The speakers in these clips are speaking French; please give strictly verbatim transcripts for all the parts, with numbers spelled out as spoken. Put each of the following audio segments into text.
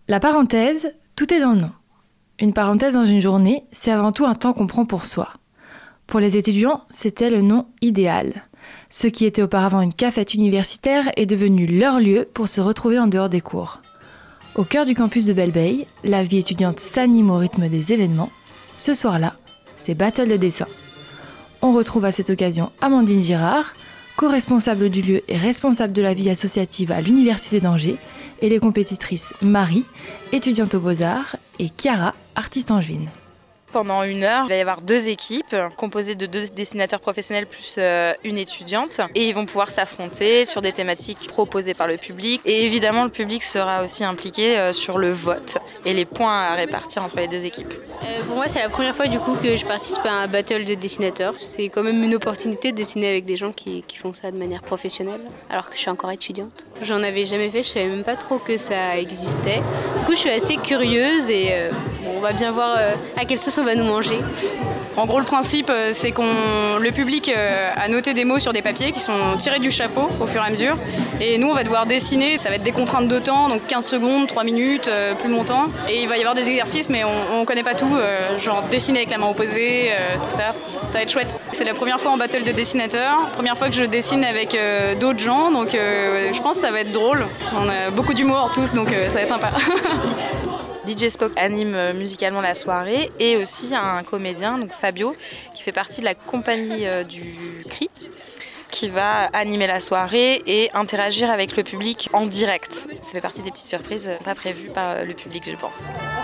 La parenthèse, tout est dans le nom. Une parenthèse dans une journée, c'est avant tout un temps qu'on prend pour soi. Pour les étudiants, c'était le nom idéal. Ce qui était auparavant une cafette universitaire est devenu leur lieu pour se retrouver en dehors des cours. Au cœur du campus de Belle-Beille, la vie étudiante s'anime au rythme des événements. Ce soir-là, c'est battle de dessin. On retrouve à cette occasion Amandine Girard, co-responsable du lieu et responsable de la vie associative à l'Université d'Angers, et les compétitrices Marie, étudiante aux Beaux-Arts, et Chiara, artiste angevine. Pendant une heure, il va y avoir deux équipes composées de deux dessinateurs professionnels plus euh, une étudiante. Et ils vont pouvoir s'affronter sur des thématiques proposées par le public. Et évidemment, le public sera aussi impliqué euh, sur le vote et les points à répartir entre les deux équipes. Euh, pour moi, c'est la première fois du coup que je participe à un battle de dessinateurs. C'est quand même une opportunité de dessiner avec des gens qui, qui font ça de manière professionnelle, alors que je suis encore étudiante. J'en avais jamais fait, je savais même pas trop que ça existait. Du coup, je suis assez curieuse et euh, bon, on va bien voir euh, à quelle sauce on va nous manger. En gros, le principe, c'est que le public a noté des mots sur des papiers qui sont tirés du chapeau au fur et à mesure. Et nous, on va devoir dessiner. Ça va être des contraintes de temps, donc quinze secondes, trois minutes, euh, plus longtemps. Et il va y avoir des exercices, mais on ne connaît pas tout. Euh, genre dessiner avec la main opposée, euh, tout ça. Ça va être chouette. C'est la première fois en battle de dessinateurs. Première fois que je dessine avec euh, d'autres gens. Donc euh, je pense que ça va être drôle. On a beaucoup d'humour tous, donc euh, ça va être sympa. D J Spock anime musicalement la soirée et aussi un comédien, donc Fabio, qui fait partie de la compagnie euh, du C R I, qui va animer la soirée et interagir avec le public en direct. Ça fait partie des petites surprises pas prévues par le public, je pense.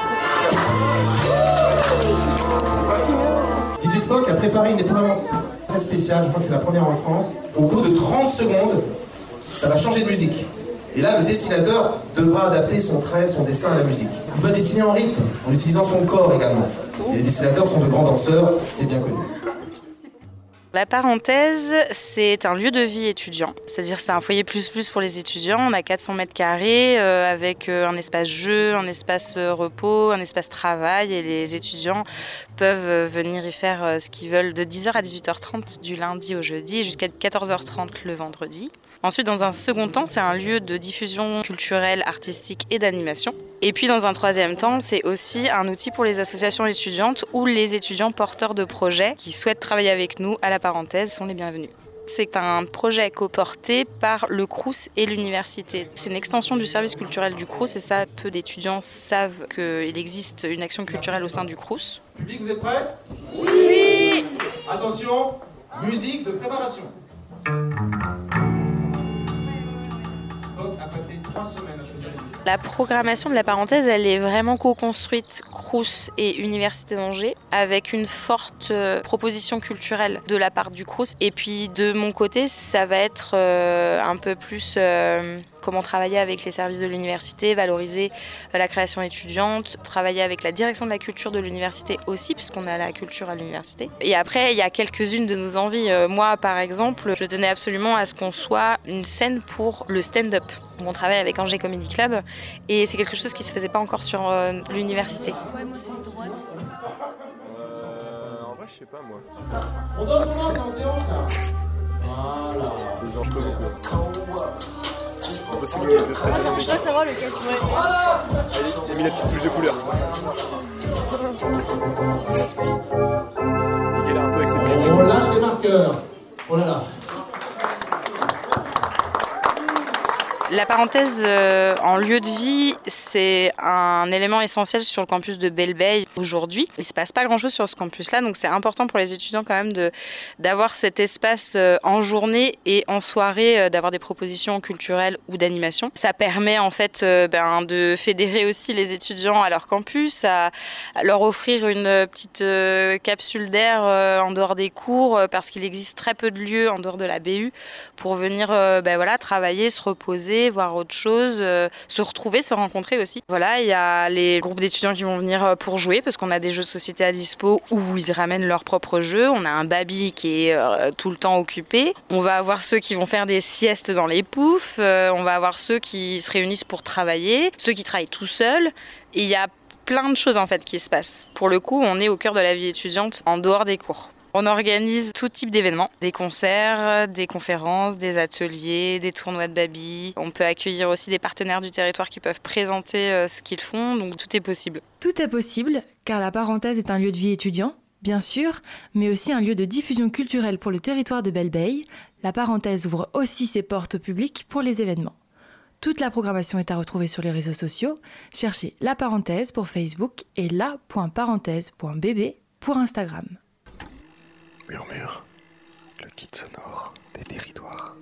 D J Spock a préparé une épreuve très spéciale, je crois que c'est la première en France. Au bout de trente secondes, ça va changer de musique. Et là, le dessinateur devra adapter son trait, son dessin à la musique. Il doit dessiner en rythme, en utilisant son corps également. Et les dessinateurs sont de grands danseurs, c'est bien connu. La parenthèse, c'est un lieu de vie étudiant, c'est-à-dire que c'est un foyer plus plus pour les étudiants. On a quatre cents mètres carrés euh, avec euh, un espace jeu, un espace euh, repos, un espace travail et les étudiants peuvent euh, venir y faire euh, ce qu'ils veulent de dix heures à dix-huit heures trente du lundi au jeudi jusqu'à quatorze heures trente le vendredi. Ensuite, dans un second temps, c'est un lieu de diffusion culturelle, artistique et d'animation. Et puis, dans un troisième temps, c'est aussi un outil pour les associations étudiantes ou les étudiants porteurs de projets qui souhaitent travailler avec nous à la parenthèse sont les bienvenus. C'est un projet coporté par le Crous et l'université. C'est une extension du service culturel du Crous et ça, peu d'étudiants savent qu'il existe une action culturelle au sein du Crous. Public, vous êtes prêts ? Oui ! Attention, musique de préparation. La programmation de la parenthèse, elle est vraiment co-construite Crous et Université d'Angers avec une forte euh, proposition culturelle de la part du Crous. Et puis de mon côté, ça va être euh, un peu plus euh, comment travailler avec les services de l'université, valoriser euh, la création étudiante, travailler avec la direction de la culture de l'université aussi, puisqu'on a la culture à l'université. Et après, il y a quelques-unes de nos envies. Euh, moi, par exemple, je tenais absolument à ce qu'on soit une scène pour le stand-up. On travaille avec Angers Comedy Club et c'est quelque chose qui ne se faisait pas encore sur euh, l'université. Ouais, moi sur droite. Euh, en vrai, je sais pas moi. On danse, on danse, on se déhanche là. Voilà. Ça se dérange pas beaucoup. On peut souligner les deux traits. Je veux pas savoir lequel tu voulais faire. Allez, il a mis la petite touche de couleur. Il galère un peu avec ses petits. On lâche les marqueurs. Oh là là. La parenthèse euh, en lieu de vie, c'est un élément essentiel sur le campus de Belle-Beille aujourd'hui. Il ne se passe pas grand-chose sur ce campus-là, donc c'est important pour les étudiants quand même de, d'avoir cet espace euh, en journée et en soirée, euh, d'avoir des propositions culturelles ou d'animation. Ça permet en fait euh, ben, de fédérer aussi les étudiants à leur campus, à, à leur offrir une petite euh, capsule d'air euh, en dehors des cours, euh, parce qu'il existe très peu de lieux en dehors de la B U pour venir euh, ben, voilà, travailler, se reposer, voir autre chose, euh, se retrouver, se rencontrer aussi. Voilà, il y a les groupes d'étudiants qui vont venir pour jouer parce qu'on a des jeux de société à dispo où ils ramènent leurs propres jeux. On a un baby qui est euh, tout le temps occupé. On va avoir ceux qui vont faire des siestes dans les poufs. Euh, on va avoir ceux qui se réunissent pour travailler, ceux qui travaillent tout seuls. Et il y a plein de choses en fait qui se passent. Pour le coup, on est au cœur de la vie étudiante en dehors des cours. On organise tout type d'événements, des concerts, des conférences, des ateliers, des tournois de baby. On peut accueillir aussi des partenaires du territoire qui peuvent présenter ce qu'ils font, donc tout est possible. Tout est possible, car la parenthèse est un lieu de vie étudiant, bien sûr, mais aussi un lieu de diffusion culturelle pour le territoire de Belle-Beille. La parenthèse ouvre aussi ses portes au public pour les événements. Toute la programmation est à retrouver sur les réseaux sociaux. Cherchez La Parenthèse pour Facebook et la point parenthèse point b b pour Instagram. Murmure, le guide sonore des territoires.